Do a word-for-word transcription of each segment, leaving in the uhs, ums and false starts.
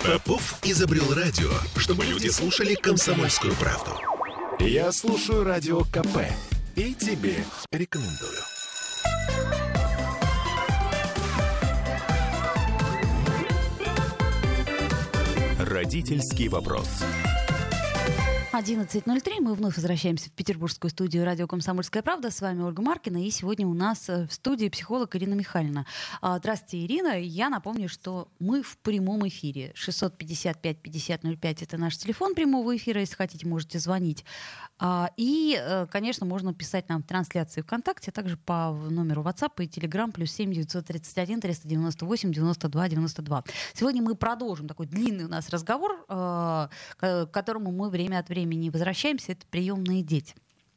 Попов изобрел радио, чтобы люди слушали «Комсомольскую правду». Я слушаю Радио КП и тебе рекомендую. Родительский вопрос. одиннадцать ноль три. Мы вновь возвращаемся в петербургскую студию радио «Комсомольская правда». С вами Ольга Маркина. И сегодня у нас в студии психолог Ирина Михайловна. Здравствуйте, Ирина. Я напомню, что мы в прямом эфире. шестьсот пятьдесят пять пятьдесят ноль пять — это наш телефон прямого эфира. Если хотите, можете звонить. И, конечно, можно писать нам в трансляции ВКонтакте, а также по номеру WhatsApp и Telegram плюс семь девятьсот тридцать один триста девяносто восемь девяносто два девяносто два. Сегодня мы продолжим такой длинный у нас разговор, к которому мы время от времени не возвращаемся, это приемные дети.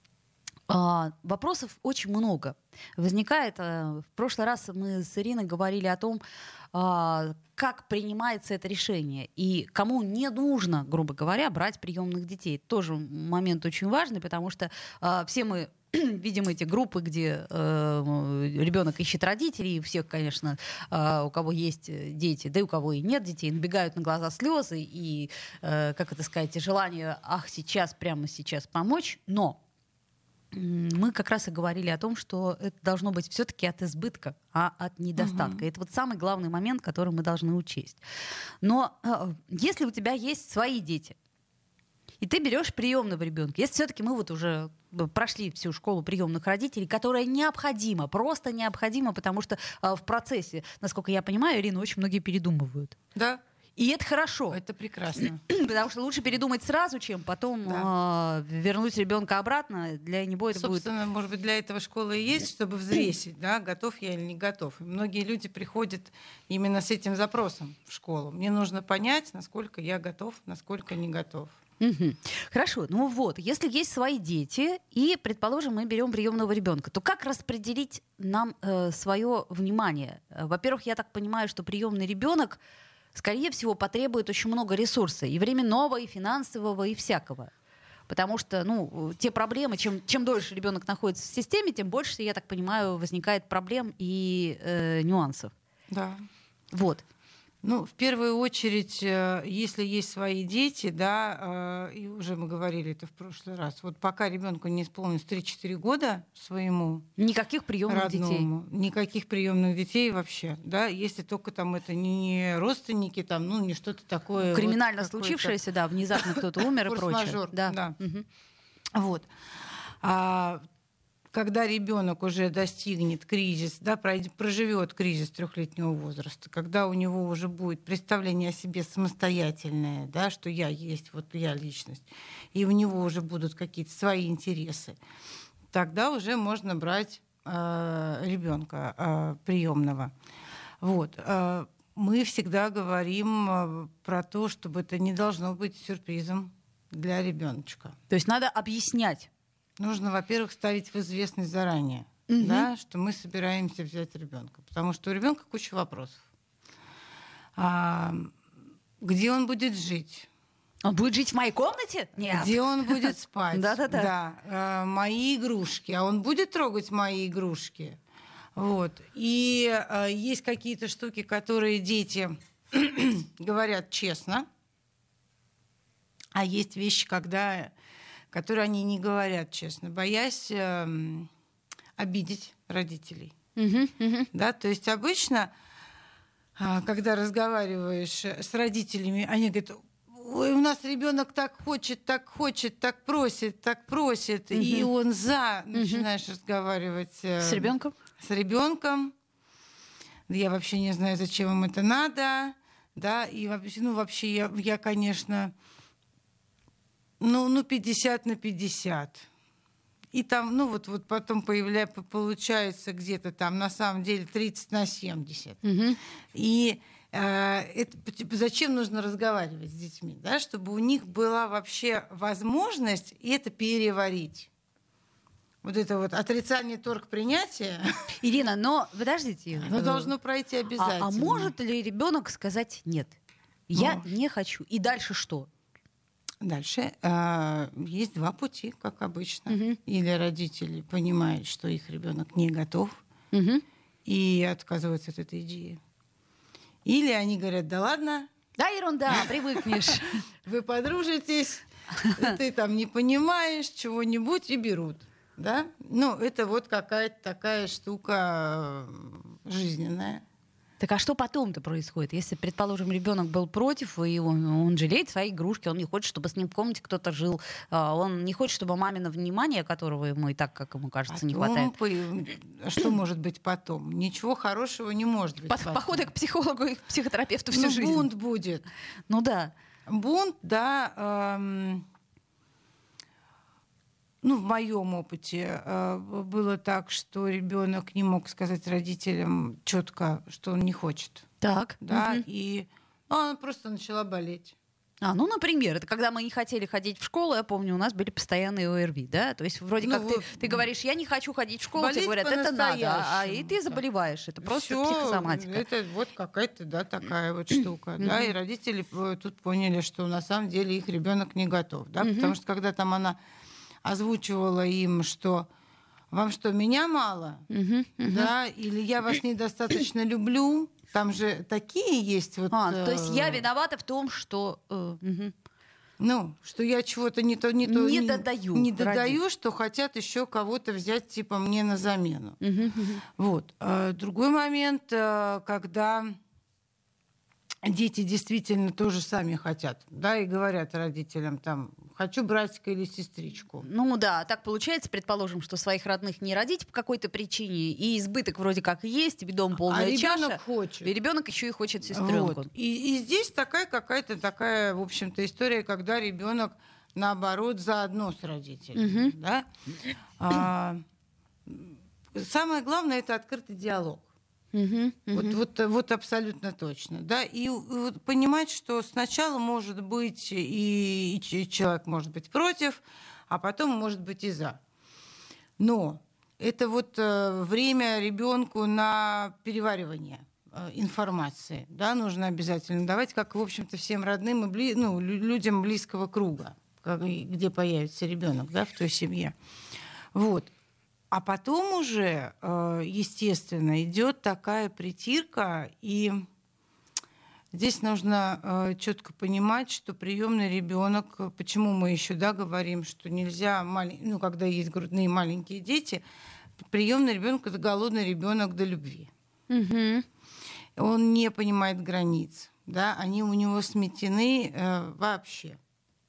А, вопросов очень много. Возникает, а, в прошлый раз мы с Ириной говорили о том, а, как принимается это решение и кому не нужно, грубо говоря, брать приемных детей. Тоже момент очень важный, потому что а, все мы видим эти группы, где э, ребенок ищет родителей, и у всех, конечно, э, у кого есть дети, да и у кого и нет детей, набегают на глаза слезы и, э, как это сказать, желание, ах, сейчас, прямо сейчас помочь. Но э, мы как раз и говорили о том, что это должно быть все-таки от избытка, а от недостатка. Uh-huh. Это вот самый главный момент, который мы должны учесть. Но э, если у тебя есть свои дети, и ты берешь приемного ребенка. Если все-таки мы вот уже прошли всю школу приемных родителей, которая необходима, просто необходима, потому что э, в процессе, насколько я понимаю, Ирина, очень многие передумывают. Да. И это хорошо. Это прекрасно. Потому что лучше передумать сразу, чем потом да. э, вернуть ребенка обратно. Для него это Собственно, будет... может быть, для этого школа и есть, чтобы взвесить, да, готов я или не готов. И многие люди приходят именно с этим запросом в школу. Мне нужно понять, насколько я готов, насколько не готов. Угу. Хорошо, ну вот, если есть свои дети, и, предположим, мы берем приемного ребенка, то как распределить нам э, свое внимание? Во-первых, я так понимаю, что приемный ребенок, скорее всего, потребует очень много ресурсов, и временного, и финансового, и всякого. Потому что, ну, те проблемы, чем, чем дольше ребенок находится в системе, тем больше, я так понимаю, возникает проблем и э, нюансов. Да. Вот. Ну, в первую очередь, если есть свои дети, да, и уже мы говорили это в прошлый раз, вот пока ребенку не исполнилось три-четыре года своему никаких приемных родному, детей, никаких приемных детей вообще, да, если только там это не родственники, там, ну, не что-то такое. Криминально вот случившееся, да, внезапно кто-то умер и прочее. Форс-мажор, да. да. Угу. Вот. А когда ребенок уже достигнет кризис, да, проживет кризис трехлетнего возраста, когда у него уже будет представление о себе самостоятельное, да, что я есть, вот я личность, и у него уже будут какие-то свои интересы, тогда уже можно брать э, ребенка э, приемного. Вот. Э, мы всегда говорим э, про то, чтобы это не должно быть сюрпризом для ребеночка. То есть надо объяснять. Нужно, во-первых, ставить в известность заранее, угу. да, что мы собираемся взять ребенка, потому что у ребенка куча вопросов. А, где он будет жить? Он будет жить в моей комнате? Нет. Где он будет спать? Да-да-да. Да. А, мои игрушки. А он будет трогать мои игрушки? Вот. И а, есть какие-то штуки, которые дети говорят честно, а есть вещи, когда... которые они не говорят честно, боясь э, обидеть родителей. Uh-huh, uh-huh. Да, то есть обычно, э, когда разговариваешь с родителями, они говорят: ой, у нас ребенок так хочет, так хочет, так просит, так просит, uh-huh. и он за. Uh-huh. Начинаешь разговаривать э, с ребенком. С ребенком. Я вообще не знаю, зачем им это надо. Да, и вообще, ну, вообще я, я конечно... Ну, ну, пятьдесят на пятьдесят. И там, ну, вот, вот потом появляется, получается где-то там на самом деле тридцать на семьдесят. Угу. И э, это, зачем нужно разговаривать с детьми? Да? Чтобы у них была вообще возможность это переварить. Вот это вот отрицание, торг, принятие. Ирина, но подождите. Оно должно пройти обязательно. А, а может ли ребенок сказать нет? Я ну. не хочу. И дальше что? Дальше э, есть два пути, как обычно. Угу. Или родители понимают, что их ребенок не готов, угу. и отказываются от этой идеи. Или они говорят: да ладно, Да, ерунда, привыкнешь. Вы подружитесь, ты там не понимаешь чего-нибудь и берут. Да? Ну, это вот какая-то такая штука жизненная. Так а что потом-то происходит? Если, предположим, ребенок был против, и он, он жалеет свои игрушки, он не хочет, чтобы с ним в комнате кто-то жил, он не хочет, чтобы мамино внимание, которого ему и так, как ему кажется, потом не хватает. По... Что может быть потом? Ничего хорошего не может быть. По- походы к психологу и к психотерапевту всю ну, жизнь. Бунт будет. Ну да. Бунт, да. Эм... Ну, в моем опыте э, было так, что ребенок не мог сказать родителям четко, что он не хочет. Так. Да, угу. и ну, она просто начала болеть. А, ну, например, это когда мы не хотели ходить в школу, я помню, у нас были постоянные ОРВИ, да? То есть вроде ну, как ты, ты говоришь, я не хочу ходить в школу, тебе говорят, это надо, а и ты заболеваешь. Это просто Всё, психосоматика. Это вот какая-то, да, такая вот штука. Да, и родители тут поняли, что на самом деле их ребенок не готов, да, потому что когда там она озвучивала им, что вам что, меня мало? Uh-huh, uh-huh. Да? Или я вас недостаточно люблю? Там же такие есть вот... А, то есть я виновата в том, что... Uh, uh-huh. Ну, что я чего-то не то... Не, то, не, не додаю. Не додаю, что хотят еще кого-то взять, типа, мне на замену. Uh-huh, uh-huh. Вот. А другой момент, когда... Дети действительно тоже сами хотят, да, и говорят родителям там, хочу братика или сестричку. Ну да, так получается, предположим, что своих родных не родить по какой-то причине, и избыток вроде как есть, и дом полная а чаша. Ребенок хочет. И ребенок еще и хочет сестренку. Вот. И, и здесь такая какая-то такая, в общем-то, история, когда ребенок наоборот заодно с родителями. Угу. Да? А, самое главное это открытый диалог. Uh-huh, uh-huh. Вот, вот, вот абсолютно точно. Да? И, и вот понимать, что сначала может быть и, и человек может быть против, а потом может быть и за. Но это вот э, время ребенку на переваривание э, информации. Да, нужно обязательно давать, как, в общем-то, всем родным и бли, ну, людям близкого круга, как, где появится ребенок, да, в той семье. Вот. А потом уже, естественно, идет такая притирка, и здесь нужно четко понимать, что приемный ребенок, почему мы еще да, говорим, что нельзя, ну, когда есть грудные маленькие дети, приемный ребенок это голодный ребенок до любви. Угу. Он не понимает границ, да, они у него сметены э, вообще.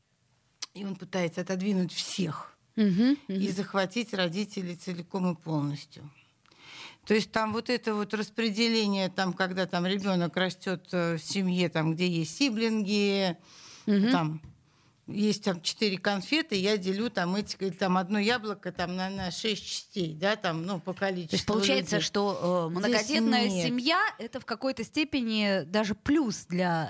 И он пытается отодвинуть всех. Uh-huh, uh-huh. И захватить родителей целиком и полностью. То есть там вот это вот распределение, там, когда там ребенок растет в семье, там, где есть сиблинги, uh-huh. там есть там четыре конфеты, я делю там эти, там одно яблоко там на, на шесть частей, да, там, ну, по количеству. То есть получается, людей. что э, многодетная семья это в какой-то степени даже плюс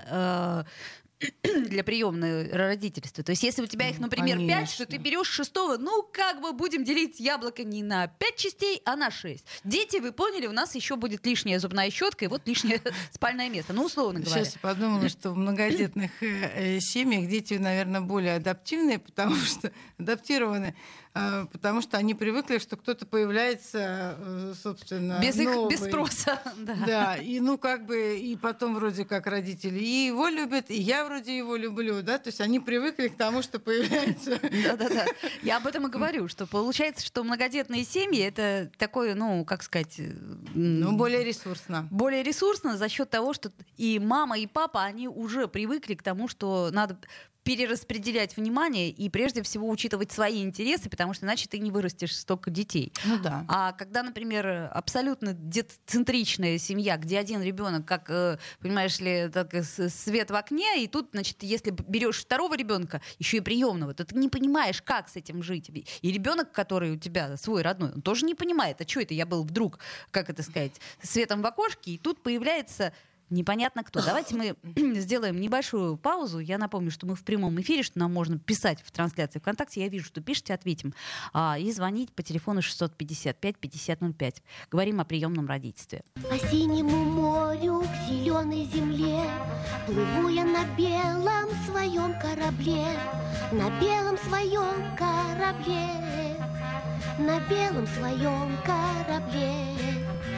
для э, для приемного родительства. То есть, если у тебя их, например, Конечно. пять, что ты берешь шестого, ну, как бы будем делить яблоко не на пять частей, а на шесть. Дети, вы поняли, у нас еще будет лишняя зубная щетка и вот лишнее спальное место. Ну, условно говоря. Сейчас я подумала, что в многодетных семьях дети, наверное, более адаптивные, потому что адаптированы, потому что они привыкли, что кто-то появляется, собственно, без их, новый. без спроса. Да. да, и ну как бы, и потом вроде как родители и его любят, и я вроде его люблю, да, то есть они привыкли к тому, что появляется. Да-да-да, я об этом и говорю, что получается, что многодетные семьи это такое, ну, как сказать... Ну, более ресурсно. Более ресурсно за счет того, что и мама, и папа, они уже привыкли к тому, что надо перераспределять внимание и прежде всего учитывать свои интересы, потому что иначе ты не вырастешь столько детей. Ну да. А когда, например, абсолютно детцентричная семья, где один ребенок, как, понимаешь ли, так, свет в окне, и тут, значит, если берешь второго ребенка, еще и приемного, то ты не понимаешь, как с этим жить. И ребенок, который у тебя свой родной, он тоже не понимает, а что это я был вдруг, как это сказать, светом в окошке, и тут появляется непонятно кто. Давайте мы сделаем небольшую паузу. Я напомню, что мы в прямом эфире, что нам можно писать в трансляции ВКонтакте. Я вижу, что пишете, ответим. А, и звонить по телефону шестьсот пятьдесят пять пятьдесят ноль пять. Говорим о приемном родительстве. По синему морю к зеленой земле плыву я на белом своем корабле, на белом своем корабле, на белом своем корабле.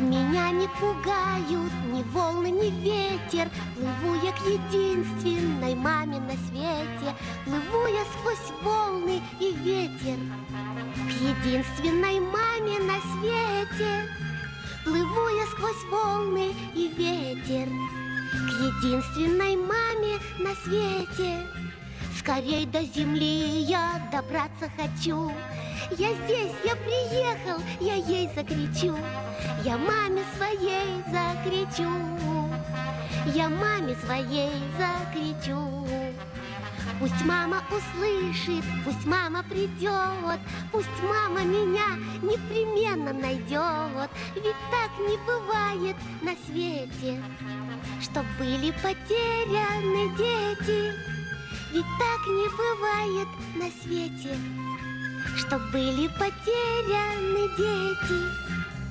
Меня не пугают ни волны, ни ветер. Плыву я к единственной маме на свете. Плыву я сквозь волны и ветер к единственной маме на свете. Плыву я сквозь волны и ветер к единственной маме на свете. Скорей до земли я добраться хочу. Я здесь, я приехал, я ей закричу. Я маме своей закричу. Я маме своей закричу. Пусть мама услышит, пусть мама придет. Пусть мама меня непременно найдет. Ведь так не бывает на свете, чтоб были потеряны дети. Ведь так не бывает на свете, чтоб были потеряны дети.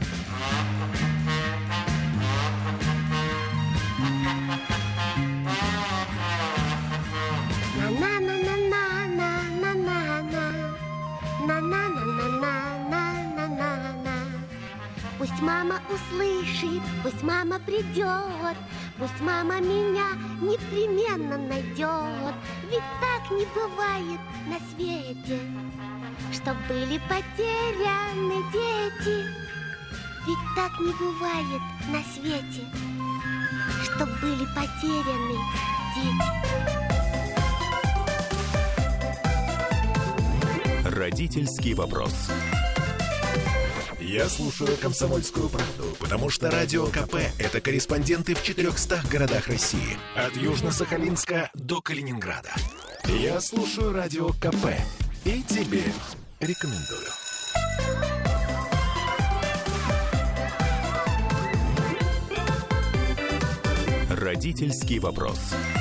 Пусть мама услышит, пусть мама придет. Пусть мама меня непременно найдет. Ведь так не бывает на свете, чтоб были потеряны дети. Ведь так не бывает на свете, чтоб были потеряны дети. Родительский вопрос. Я слушаю «Комсомольскую правду», потому что Радио КП – это корреспонденты в четырехстах городах России. От Южно-Сахалинска до Калининграда. Я слушаю Радио КП и тебе рекомендую. Родительский вопрос.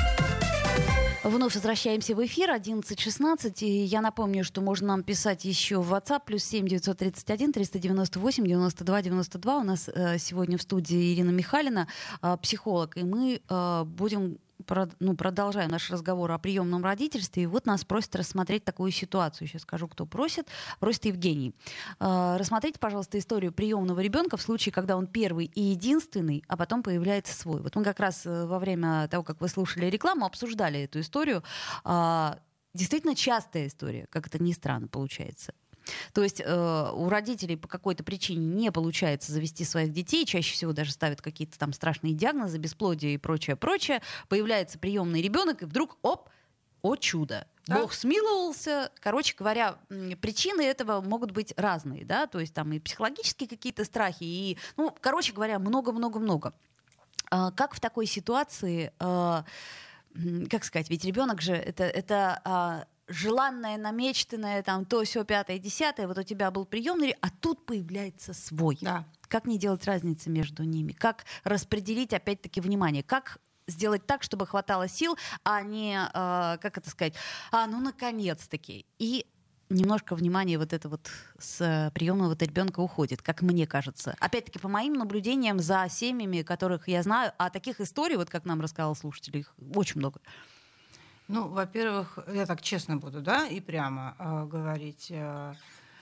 Вновь возвращаемся в эфир одиннадцать шестнадцать. И я напомню, что можно нам писать еще в WhatsApp плюс семь девятьсот тридцать один триста девяносто восемь девяносто два девяносто два. У нас э, сегодня в студии Ирина Михалина, э, психолог, и мы э, будем прод, ну, продолжаем наш разговор о приемном родительстве. И вот нас просят рассмотреть такую ситуацию. Сейчас скажу, кто просит. Просит Евгений. Э, рассмотрите, пожалуйста, историю приемного ребенка в случае, когда он первый и единственный, а потом появляется свой. Вот мы как раз во время того, как вы слушали рекламу, обсуждали эту историю. Э, действительно частая история, как это ни странно получается. То есть э, у родителей по какой-то причине не получается завести своих детей, чаще всего даже ставят какие-то там страшные диагнозы, бесплодие и прочее, прочее. Появляется приемный ребенок, и вдруг, оп, о чудо, да? Бог смиловался. Короче говоря, причины этого могут быть разные, да, то есть там и психологические какие-то страхи, и, ну, короче говоря, много-много-много. А как в такой ситуации, а, как сказать, ведь ребенок же это... это а, желанное, намечтанное, там, то, сё, пятое, десятое, вот у тебя был приемный, а тут появляется свой. Да. Как не делать разницы между ними? Как распределить, опять-таки, внимание? Как сделать так, чтобы хватало сил, а не, э, как это сказать, а, ну, наконец-таки. И немножко внимания вот это вот с приемного вот ребенка уходит, как мне кажется. Опять-таки, по моим наблюдениям за семьями, которых я знаю, а таких историй, вот как нам рассказал слушатель, их очень много. Ну, во-первых, я так честно буду, да, и прямо э, говорить. Э,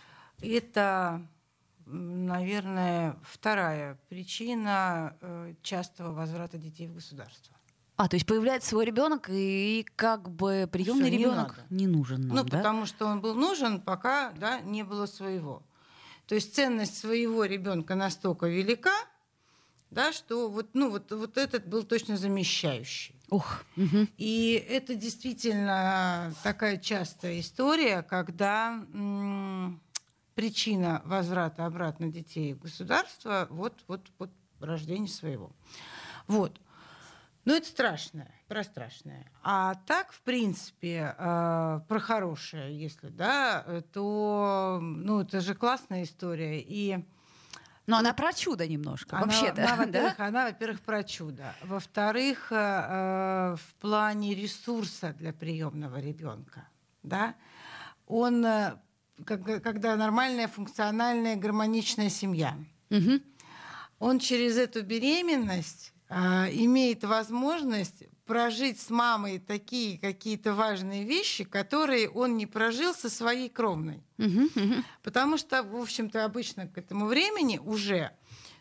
это, наверное, вторая причина э, частого возврата детей в государство. А, то есть появляется свой ребенок, и как бы приемный ребенок не, не нужен нам, ну, да? Потому что он был нужен, пока, да, не было своего. То есть ценность своего ребенка настолько велика, да, что вот, ну, вот, вот этот был точно замещающий. Ух. Угу. И это действительно такая частая история, когда м- причина возврата обратно детей в государство вот, вот, вот рождение своего. Вот. Ну, это страшное, про страшное. А так, в принципе, э, про хорошее, если, да, то, ну, это же классная история. И но она про чудо немножко, она, вообще-то. Она, во-первых, да? она, во-первых, про чудо. Во-вторых, э, в плане ресурса для приемного ребенка. Да? Он, э, как, когда нормальная, функциональная, гармоничная семья, угу. он через эту беременность э, имеет возможность прожить с мамой такие какие-то важные вещи, которые он не прожил со своей кровной. Угу, угу. Потому что, в общем-то, обычно к этому времени уже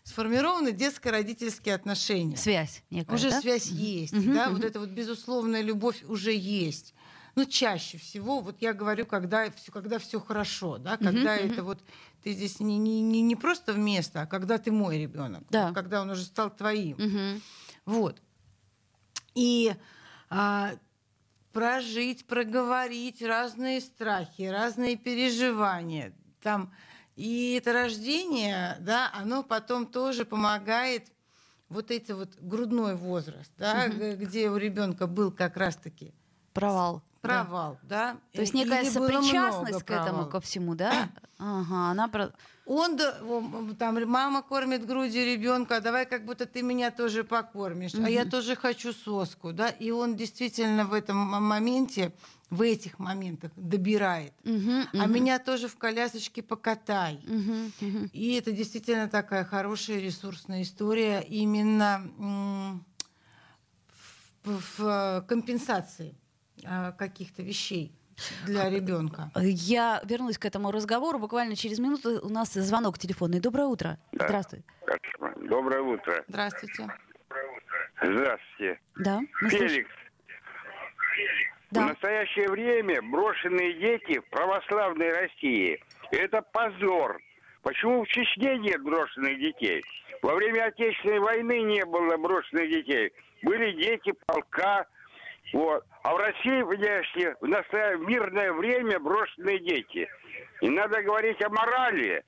сформированы детско-родительские отношения. Связь некая, Уже да? связь есть, Мгм, да, мгм. вот эта вот безусловная любовь уже есть. Ну, чаще всего, вот я говорю, когда все, когда все хорошо, да, когда Мгм, это вот ты здесь не, не, не, не просто вместо, а когда ты мой ребенок, Да. когда он уже стал твоим. Мгм. Вот. И а, прожить, проговорить разные страхи, разные переживания. Там, и это рождение, да, оно потом тоже помогает вот эти вот грудной возраст, да, Мгм. г- где у ребенка был как раз-таки Провал. да. провал, да. То есть Или некая было сопричастность много к этому, провалов. ко всему, да? Ага, она про... Он, да, он, там, мама кормит грудью ребенка, а давай как будто ты меня тоже покормишь, а я Мгм. тоже хочу соску, да, и он действительно в этом м- моменте, в этих моментах добирает. Мгм, А мгм, меня тоже в колясочке покатай. мгм, мгм. И это действительно такая хорошая ресурсная история именно м, в, в, э, компенсации э, каких-то вещей для ребенка. Я вернусь к этому разговору буквально через минуту. У нас звонок телефонный. Доброе утро. Да. Здравствуй. Доброе утро. Здравствуйте. Здравствуйте. Да, мы слушаем. Феликс, в Да. настоящее время брошенные дети в православной России – это позор. Почему в Чечне нет брошенных детей? Во время Отечественной войны не было брошенных детей. Были дети полка. Вот. А в России, понимаете, в настоящее мирное время брошенные дети. И надо говорить о морали.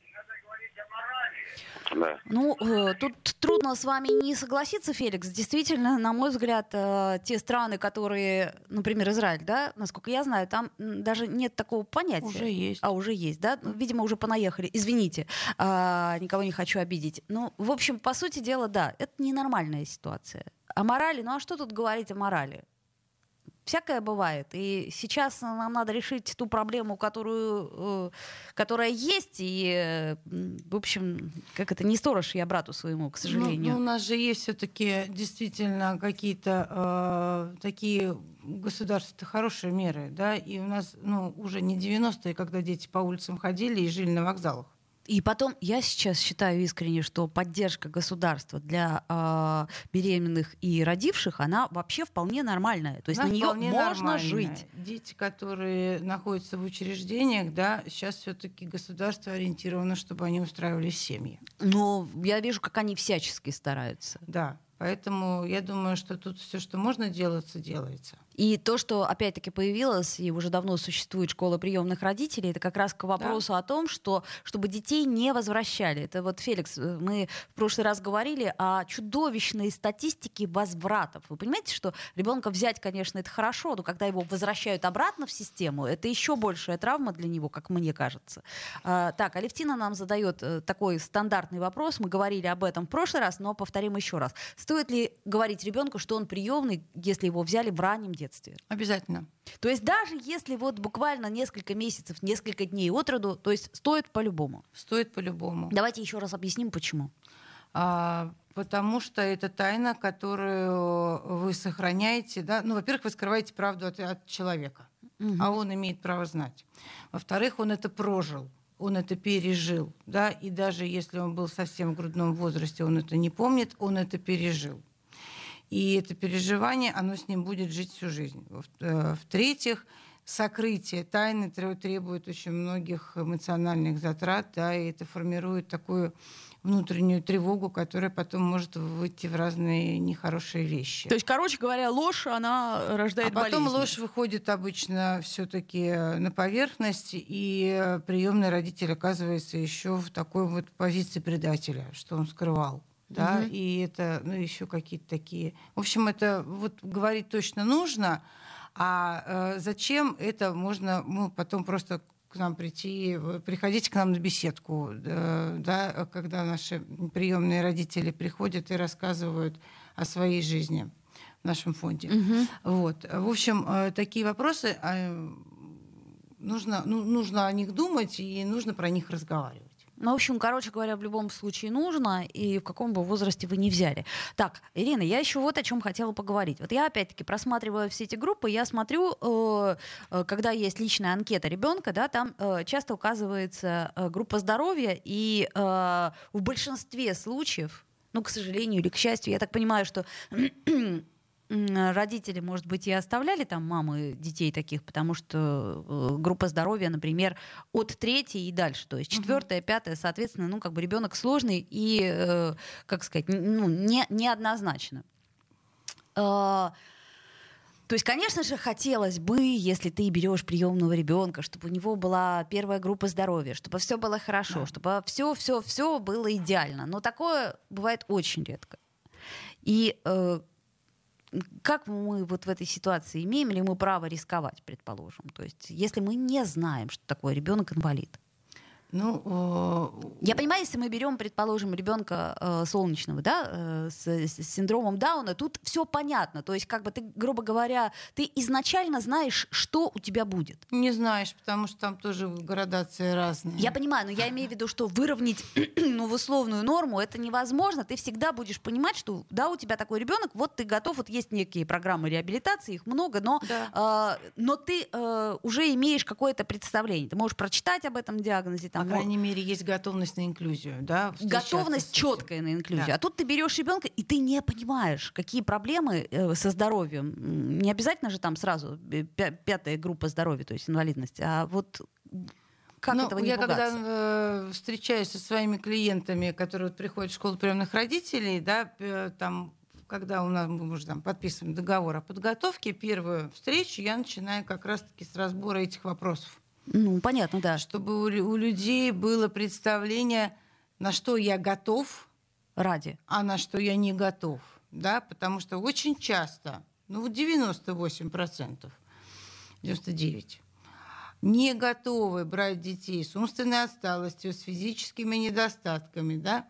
Да. Ну, э, тут трудно с вами не согласиться, Феликс. Действительно, на мой взгляд, э, те страны, которые, например, Израиль, да, насколько я знаю, там м, даже нет такого понятия. Уже есть. А, уже есть, да? Ну, видимо, уже понаехали. Извините, а, никого не хочу обидеть. Ну, в общем, по сути дела, да, это ненормальная ситуация. О морали, ну а что тут говорить о морали? Всякое бывает. И сейчас нам надо решить ту проблему, которую, э, которая есть. И, э, м, в общем, как это, не сторож я брату своему, к Ну, сожалению. ну, у нас же есть все-таки действительно какие-то э, такие государства хорошие меры, да, и у нас, ну, уже не девяностые, когда дети по улицам ходили и жили на вокзалах. И потом, я сейчас считаю искренне, что поддержка государства для э, беременных и родивших, она вообще вполне нормальная. То есть Она на нее вполне можно нормальная. жить. Дети, которые находятся в учреждениях, да, сейчас все-таки государство ориентировано, чтобы они устраивали семьи. Но я вижу, как они всячески стараются. Да, поэтому я думаю, что тут все, что можно делаться, делается. И то, что опять-таки появилось, и уже давно существует школа приемных родителей, это как раз к вопросу о том, что чтобы детей не возвращали. Это вот, Феликс, мы в прошлый раз говорили о чудовищной статистике возвратов. Вы понимаете, что ребенка взять, конечно, это хорошо, но когда его возвращают обратно в систему, это еще большая травма для него, как мне кажется. А, так, Алевтина нам задает э, такой стандартный вопрос. Мы говорили об этом в прошлый раз, но повторим еще раз. Стоит ли говорить ребенку, что он приемный, если его взяли в раннем детстве? Обязательно. То есть даже если вот буквально несколько месяцев, несколько дней от роду, то есть стоит по-любому. Стоит по-любому. Давайте еще раз объясним, почему. А, потому что это тайна, которую вы сохраняете. Да? Ну, во-первых, вы скрываете правду от, от человека, Мгм. а он имеет право знать. Во-вторых, он это прожил, он это пережил. Да? И даже если он был совсем в грудном возрасте, он это не помнит, он это пережил. И это переживание, оно с ним будет жить всю жизнь. В- э, В-третьих, сокрытие тайны тре- требует очень многих эмоциональных затрат, да, и это формирует такую внутреннюю тревогу, которая потом может выйти в разные нехорошие вещи. То есть, короче говоря, ложь, она рождает А потом болезни. ложь выходит обычно все-таки на поверхность, и приемный родитель оказывается еще в такой вот позиции предателя, что он скрывал. Да, Мгм. и это, ну, еще какие-то такие. В общем, это вот говорить точно нужно, а э, зачем это можно, ну, потом просто к нам прийти, э, приходите к нам на беседку, э, да, когда наши приемные родители приходят и рассказывают о своей жизни в нашем фонде. Мгм. Вот. В общем, э, такие вопросы, э, нужно, ну, нужно о них думать и нужно про них разговаривать. Ну, в общем, короче говоря, в любом случае нужно, и в каком бы возрасте вы ни взяли. Так, Ирина, я еще вот о чем хотела поговорить. Вот я, опять-таки, просматриваю все эти группы, я смотрю, э, э, когда есть личная анкета ребенка, да, там э, часто указывается э, группа здоровья, и э, в большинстве случаев, ну, к сожалению или к счастью, я так понимаю, что родители, может быть, и оставляли там мамы детей таких, потому что э, группа здоровья, например, от третьей и дальше, то есть четвертая, пятая, соответственно, ну, как бы ребенок сложный и, э, как сказать, ну, не, неоднозначно. Э, то есть, конечно же, хотелось бы, если ты берешь приемного ребенка, чтобы у него была первая группа здоровья, чтобы все было хорошо, да. чтобы все-все-все было идеально. Но такое бывает очень редко. И э, как мы вот в этой ситуации, имеем ли мы право рисковать, предположим? То есть, если мы не знаем, что такое ребенок-инвалид. Ну, э... Я понимаю, если мы берем, предположим, ребенка э, солнечного, да, э, с, с синдромом Дауна, тут все понятно. То есть, как бы ты, грубо говоря, ты изначально знаешь, что у тебя будет. Не знаешь, потому что там тоже градации разные. Я понимаю, но я имею в виду, что выровнять ну, в условную норму это невозможно. Ты всегда будешь понимать, что да, у тебя такой ребенок, вот ты готов, вот есть некие программы реабилитации, их много, но, да. э, но ты э, уже имеешь какое-то представление. Ты можешь прочитать об этом диагнозе. Там, По крайней мере, есть готовность на инклюзию. Да, готовность четкая на инклюзию. Да. А тут ты берешь ребенка, и ты не понимаешь, какие проблемы э, со здоровьем. Не обязательно же там сразу пятая группа здоровья, то есть инвалидность. А вот как ну, этого не я пугаться? когда э, встречаюсь со своими клиентами, которые вот приходят в школу приемных родителей, да, э, там, когда у нас мы уже там подписываем договор о подготовке, первую встречу я начинаю как раз-таки с разбора этих вопросов. Ну, понятно, да. Чтобы у, у людей было представление, на что я готов, ради, а на что я не готов. Да? Потому что очень часто, ну вот девяносто восемь процентов, девяносто девять процентов, не готовы брать детей с умственной отсталостью, с физическими недостатками. Да?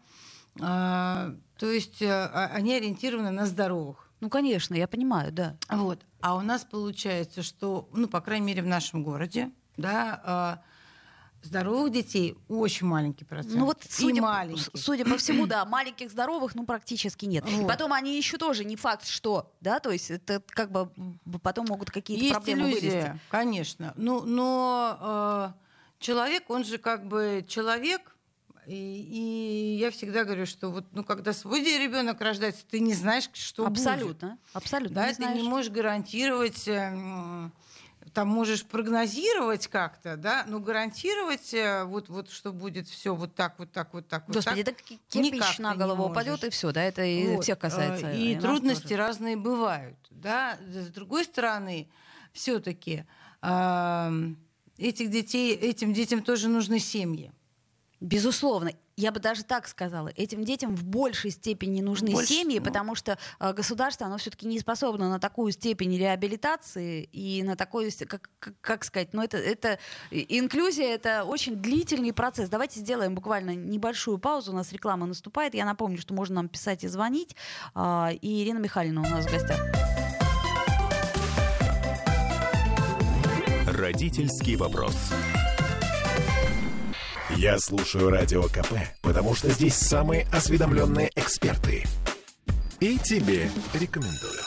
А, то есть а, они ориентированы на здоровых. Ну, конечно, я понимаю, да. Вот. А у нас получается, что, ну, по крайней мере, в нашем городе, да, здоровых детей очень маленький процент. Ну вот судя, маленьких. судя по всему, да, маленьких здоровых, ну практически нет. Вот. И потом они еще тоже не факт, что, да, то есть это как бы потом могут какие-то есть проблемы иллюзия, вылезти. Конечно. Ну, но э, человек, он же как бы человек, и, и я всегда говорю, что вот, ну, когда свой ребенок рождается, ты не знаешь, что абсолютно, будет. Абсолютно, да, не ты знаешь. не можешь гарантировать. Э, Там можешь прогнозировать как-то, да, но гарантировать, вот, вот что будет все вот так, вот так, вот так, вот Господи, так. Господи, это кирпич на голову упадет, и все, да, это и вот. всех касается. И, и трудности тоже. разные бывают, да. С другой стороны, все-таки э, этих детей, этим детям тоже нужны семьи. Безусловно. Я бы даже так сказала, этим детям в большей степени нужны Больше, семьи, ну... потому что э, государство, оно все-таки не способно на такую степень реабилитации и на такой, как, как, как сказать, ну это, это инклюзия, это очень длительный процесс. Давайте сделаем буквально небольшую паузу, у нас реклама наступает. Я напомню, что можно нам писать и звонить. Э, и Ирина Михайловна у нас в гостях. Родительский вопрос. Я слушаю Радио КП, потому что здесь самые осведомленные эксперты. И тебе рекомендую.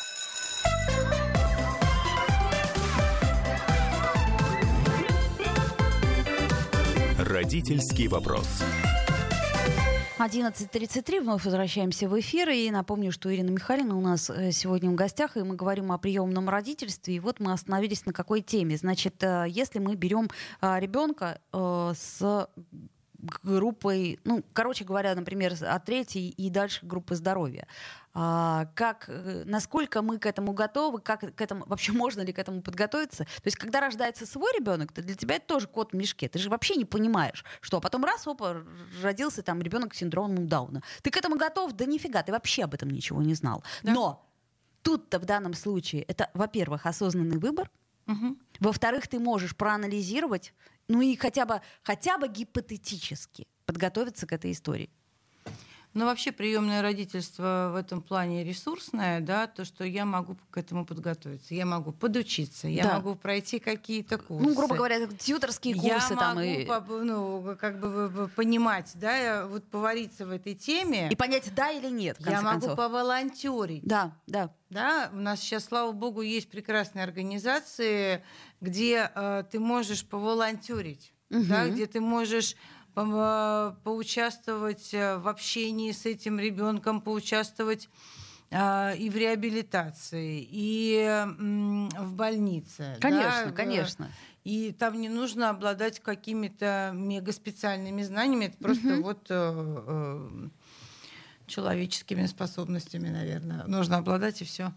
Родительский вопрос. одиннадцать тридцать три, вновь возвращаемся в эфир. И напомню, что Ирина Михайловна у нас сегодня в гостях, и мы говорим о приемном родительстве. И вот мы остановились на какой теме. Значит, если мы берем ребенка с группой, ну, короче говоря, например, от третьей и дальше группы здоровья. А, как, насколько мы к этому готовы, как к этому, вообще можно ли к этому подготовиться? То есть, когда рождается свой ребенок, то для тебя это тоже кот в мешке. Ты же вообще не понимаешь, что а потом раз, опа, родился там ребенок с синдромом Дауна. Ты к этому готов? Да нифига, ты вообще об этом ничего не знал. Да. Но тут-то в данном случае это, во-первых, осознанный выбор. Угу. Во-вторых, ты можешь проанализировать, ну и хотя бы, хотя бы гипотетически подготовиться к этой истории. Но вообще приемное родительство в этом плане ресурсное, да, то, что я могу к этому подготовиться, я могу подучиться, я Да. могу пройти какие-то курсы. Ну, грубо говоря, тьюторские курсы я там могу и... по- ну, как бы понимать, да, вот повариться в этой теме. и понять, да или нет, в конце Я могу концов. поволонтерить. Да, да. Да, у нас сейчас, слава богу, есть прекрасные организации, где э, ты можешь поволонтерить, Мгм. да, где ты можешь по- поучаствовать э, в общении с этим ребенком, поучаствовать э, и в реабилитации, и м, в больнице. Конечно, да, конечно. И там не нужно обладать какими-то мегаспециальными знаниями, это просто Мгм. вот э, э, человеческими способностями, наверное. Нужно обладать и все.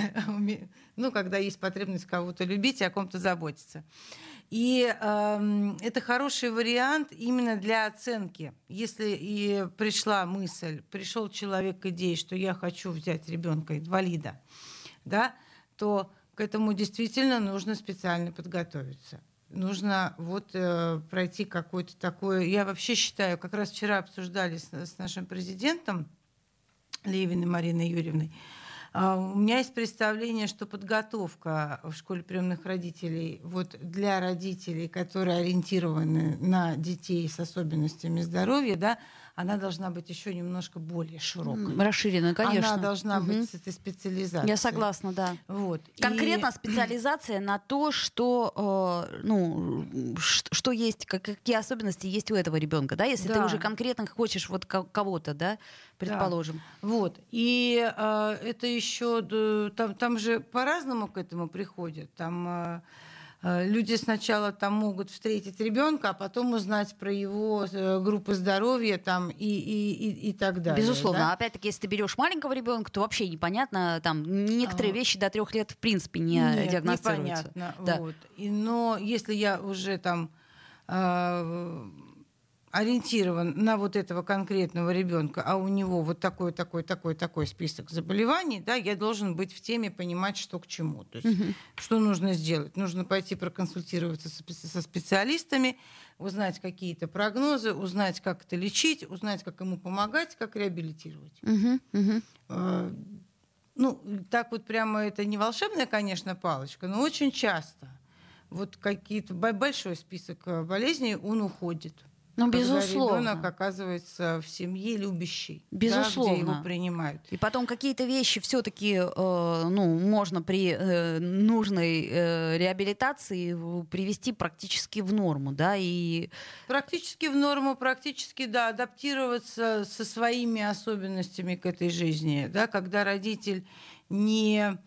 Ну, когда есть потребность кого-то любить и о ком-то заботиться. И э, это хороший вариант именно для оценки. Если и пришла мысль, пришел человек к идее, что я хочу взять ребенка инвалида, да, то к этому действительно нужно специально подготовиться. Нужно вот э, пройти какое-то такое... Я вообще считаю, как раз вчера обсуждали с, с нашим президентом Левиной Мариной Юрьевной, а, у меня есть представление, что подготовка в школе приемных родителей вот для родителей, которые ориентированы на детей с особенностями здоровья, да, она должна быть еще немножко более широкой. М, Расширенную, конечно. Она должна Мгм. быть с этой специализацией. Я согласна, да. Вот. Конкретно И- специализация на то, что, э, ну, ш- что есть, как- какие особенности есть у этого ребенка, да, если ты Да. уже конкретно хочешь вот ко- кого-то, да, предположим. Вот. И э, это еще д- там, там же по-разному к этому приходят. Там э, э, люди сначала там могут встретить ребенка, а потом узнать про его э, группы здоровья там и, и, и, и так далее. Безусловно. да. А опять-таки, если ты берешь маленького ребенка, то вообще непонятно, там некоторые А. вещи до трех лет в принципе не Нет, диагностируются. непонятно. Да. Вот. И, но если я уже там э, ориентирован на вот этого конкретного ребенка, а у него вот такой, такой, такой, такой список заболеваний, да, я должен быть в теме, понимать, что к чему. То есть, Мгм. что нужно сделать? Нужно пойти проконсультироваться со спе- со специалистами, узнать какие-то прогнозы, узнать, как это лечить, узнать, как ему помогать, как реабилитировать. Мгм, мгм. Э, Ну, так вот прямо это не волшебная, конечно, палочка, но очень часто вот какие-то бо- большой список э, болезней, он уходит. Ну, Когда безусловно. ребенок оказывается в семье любящей, да, Безусловно. где его принимают. И потом какие-то вещи все-таки, ну, можно при э, нужной э, реабилитации в- привести практически в норму, да, и Практически в норму, практически, да, адаптироваться со своими особенностями к этой жизни, да, когда родитель не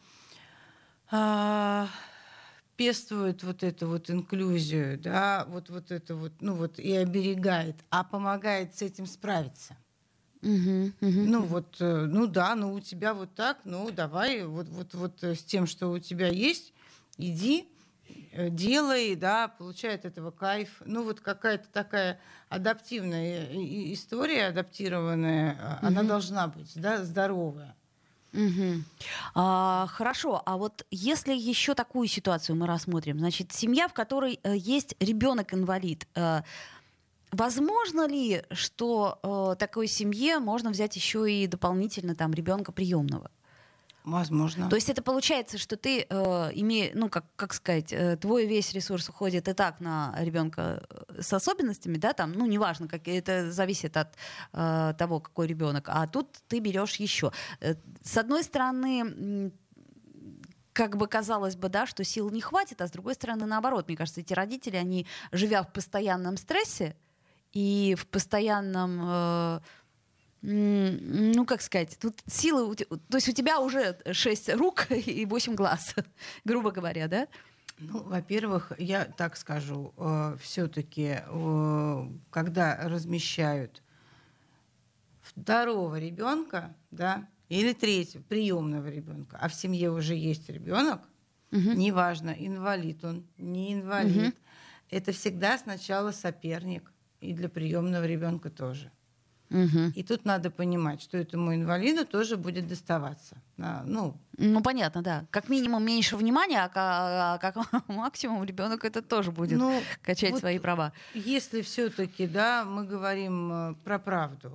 а, пестует вот эту вот инклюзию, да, вот, вот это вот, ну вот и оберегает, а помогает с этим справиться. Мгм, мгм. Ну вот, э, ну да, ну у тебя вот так, ну давай вот, вот, вот э, с тем, что у тебя есть, иди, э, делай, да, получай от этого кайф. Ну вот какая-то такая адаптивная и- и- история, адаптированная, а, она Мгм. должна быть, да, здоровая. Мгм. А, хорошо, а вот если еще такую ситуацию мы рассмотрим, значит, семья, в которой э, есть ребенок-инвалид, э, возможно ли, что э, такой семье можно взять еще и дополнительно там ребенка приемного? Возможно. То есть это получается, что ты э, имеешь, ну как как сказать, э, твой весь ресурс уходит и так на ребенка с особенностями, да, там, ну неважно, как это зависит от э, того, какой ребенок, а тут ты берешь еще. Э, С одной стороны, м, как бы казалось бы, да, что сил не хватит, а с другой стороны, наоборот, мне кажется, эти родители, они, живя в постоянном стрессе и в постоянном э, М, ну, как сказать, тут силы, у те- то есть у тебя уже шесть рук и восемь глаз, грубо говоря, да? Ну, во-первых, я так скажу, все-таки, когда размещают второго ребенка, да, или третьего приемного ребенка, а в семье уже есть ребенок, Мгм. неважно, инвалид он, не инвалид, это всегда сначала соперник, и для приемного ребенка тоже. Мгм. И тут надо понимать, что этому инвалиду тоже будет доставаться. А, Ну, Ну, понятно, да. Как минимум меньше внимания, а ка- а как максимум ребенок это тоже будет ну, качать вот свои права. Если все-таки, да, мы говорим э, про правду,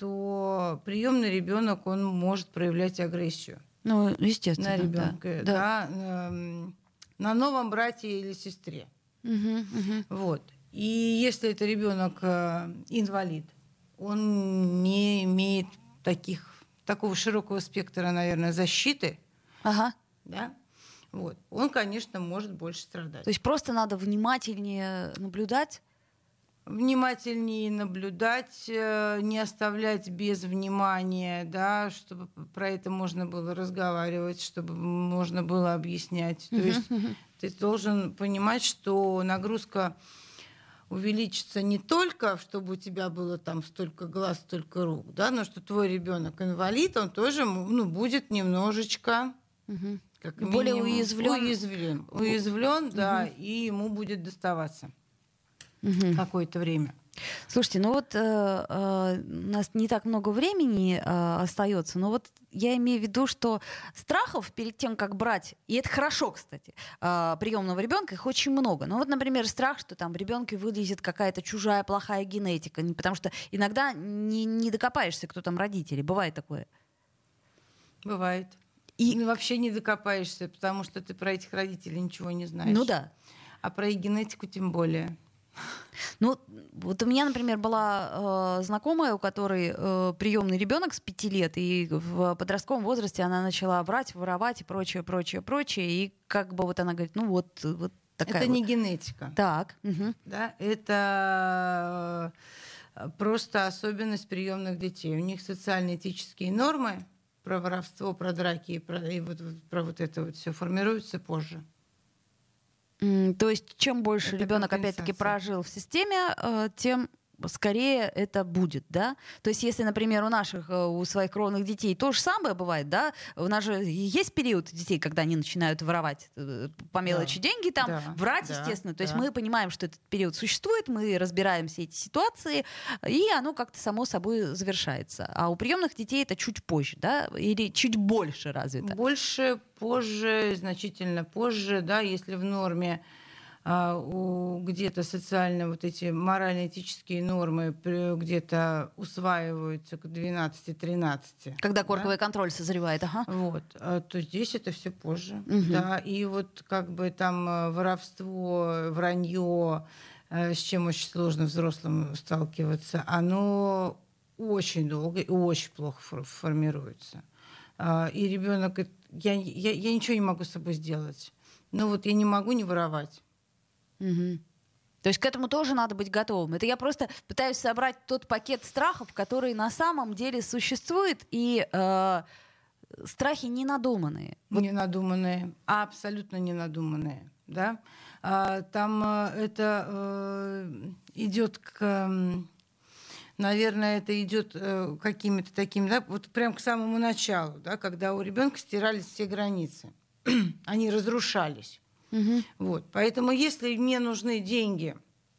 что приемный ребенок, он может проявлять агрессию. Ну, естественно, на ребенка, да. да, да, на, на новом брате или сестре. Угу, угу. Вот. И если это ребенок э, инвалид, он не имеет таких, такого широкого спектра, наверное, защиты, Ага. да, вот, он, конечно, может больше страдать. То есть просто надо внимательнее наблюдать. Внимательнее наблюдать, э, не оставлять без внимания, да, чтобы про это можно было разговаривать, чтобы можно было объяснять. То есть ты должен понимать, что нагрузка увеличится не только, чтобы у тебя было там столько глаз, столько рук, да, но что твой ребенок инвалид, он тоже, ну, будет немножечко Угу. как Более минимум уязвлен. уязвлен, уязвлен, да, и ему будет доставаться какое-то время. Слушайте, ну вот э, э, у нас не так много времени э, остается, но вот я имею в виду, что страхов перед тем, как брать, и это хорошо, кстати, э, приемного ребенка, их очень много. Ну вот, например, страх, что там в ребенке вылезет какая-то чужая плохая генетика, не- потому что иногда не, не докопаешься, кто там родители. Бывает такое. Бывает. И- И ну, вообще не докопаешься, потому что ты про этих родителей ничего не знаешь. Ну да. А про их генетику тем более. Ну, вот у меня, например, была э, знакомая, у которой э, приемный ребенок с пяти лет, и в подростковом возрасте она начала врать, воровать и прочее, прочее, прочее. И как бы вот она говорит, ну вот, вот такая Это вот. не генетика. Так. Мгм. Да? Это э, просто особенность приемных детей. У них социально-этические нормы про воровство, про драки и про, и вот, вот про вот это вот все формируются позже. М, То есть, чем больше Это ребенок опять-таки компенсация. прожил в системе, э, тем скорее это будет, да? То есть, если, например, у наших, э, у своих кровных детей то же самое бывает, да? У нас же есть период детей, когда они начинают воровать э, по мелочи Да. деньги, там, Да, врать, да, естественно. То есть да. мы понимаем, что этот период существует, мы разбираем все эти ситуации, и оно как-то само собой завершается. А у приемных детей это чуть позже, да? Или чуть больше развито? Больше, позже, значительно позже, да, если в норме а, у, где-то социально вот эти морально-этические нормы при- где-то усваиваются к двенадцати-тринадцати. Когда да? корковый контроль созревает, ага. Вот, а, то здесь это все позже. Мгм. Да, и вот как бы там э, воровство, вранье, э, с чем очень сложно взрослым сталкиваться, оно очень долго и очень плохо фор- формируется. А, И ребенок, я, я, я ничего не могу с собой сделать. Ну вот я не могу не воровать. Мгм. То есть к этому тоже надо быть готовым. Это я просто пытаюсь собрать тот пакет страхов, который на самом деле существует, и э, страхи не надуманные. Ненадуманные, абсолютно ненадуманные. Да? А, Там э, это э, идет к... м, Наверное, это идет э, какими-то такими, да, вот прям к самому началу, да, когда у ребенка стирались все границы. Они разрушались. Мгм. Вот. Поэтому, если мне нужны деньги,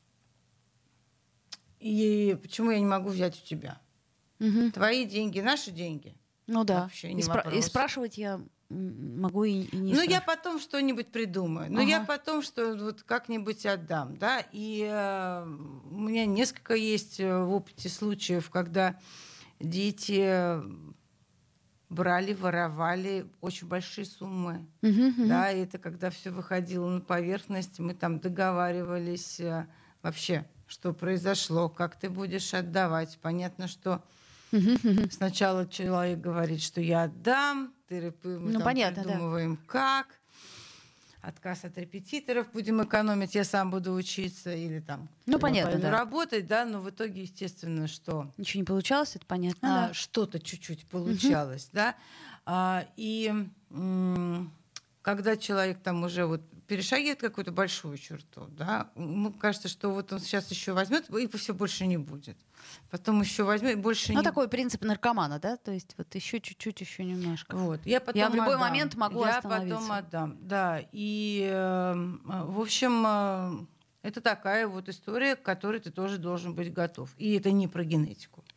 и почему я не могу взять у тебя? Мгм. Твои деньги, наши деньги. Ну да. Вообще И, не спра- и вопрос. спрашивать я м, могу и, и не Ну, я спрашивать. потом что-нибудь придумаю. Но Ага. я потом что вот как-нибудь отдам, да. И э, у меня несколько есть э, в опыте случаев, когда дети брали, воровали очень большие суммы. Мгм, мгм. Да, и это когда все выходило на поверхность, мы там договаривались э, вообще, что произошло, как ты будешь отдавать. Понятно, что Мгм, мгм. сначала человек говорит, что я отдам, ты, рып- мы Ну, там понятно, да. придумываем, как. Отказ от репетиторов, будем экономить, я сам буду учиться или там Ну, я понятно, пойду да. работать, да, но в итоге, естественно, что Ничего не получалось, это понятно. а, да. что-то чуть-чуть получалось, да. А, и м, когда человек там уже вот перешагивает какую-то большую черту, да, ему кажется, что вот он сейчас еще возьмет и все больше не будет. Потом еще возьмет и больше Ну, не такой принцип наркомана, да? То есть вот еще чуть-чуть, еще немножко. Вот. Я, потом Я в любой отдам. момент могу Я остановиться. потом отдам, да. И, э, в общем, э, это такая вот история, к которой ты тоже должен быть готов. И это не про генетику.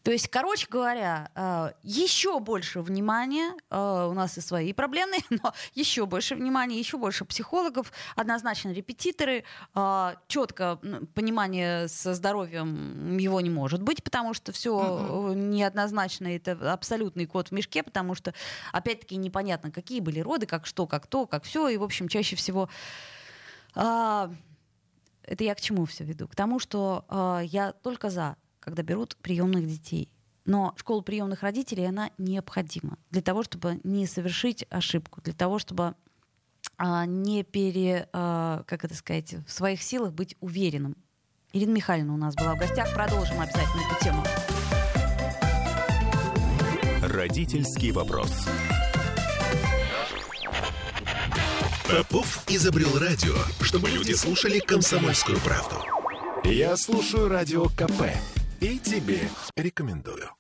То есть, короче говоря, еще больше внимания, у нас и свои проблемные, но еще больше внимания, еще больше психологов, однозначно репетиторы, четко понимание со здоровьем его не может быть, потому что все uh-huh. неоднозначно, это абсолютный кот в мешке, потому что, опять-таки, непонятно, какие были роды, как что, как то, как все, и, в общем, чаще всего... Это я к чему все веду? К тому, что я только за, когда берут приемных детей. Но школа приемных родителей, она необходима для того, чтобы не совершить ошибку, для того, чтобы а, не пере, а, как это сказать, в своих силах быть уверенным. Ирина Михайловна у нас была в гостях. Продолжим обязательно эту тему. Родительский вопрос. Попов изобрел радио, чтобы люди слушали «Комсомольскую правду». Я слушаю радио ка пэ и тебе рекомендую.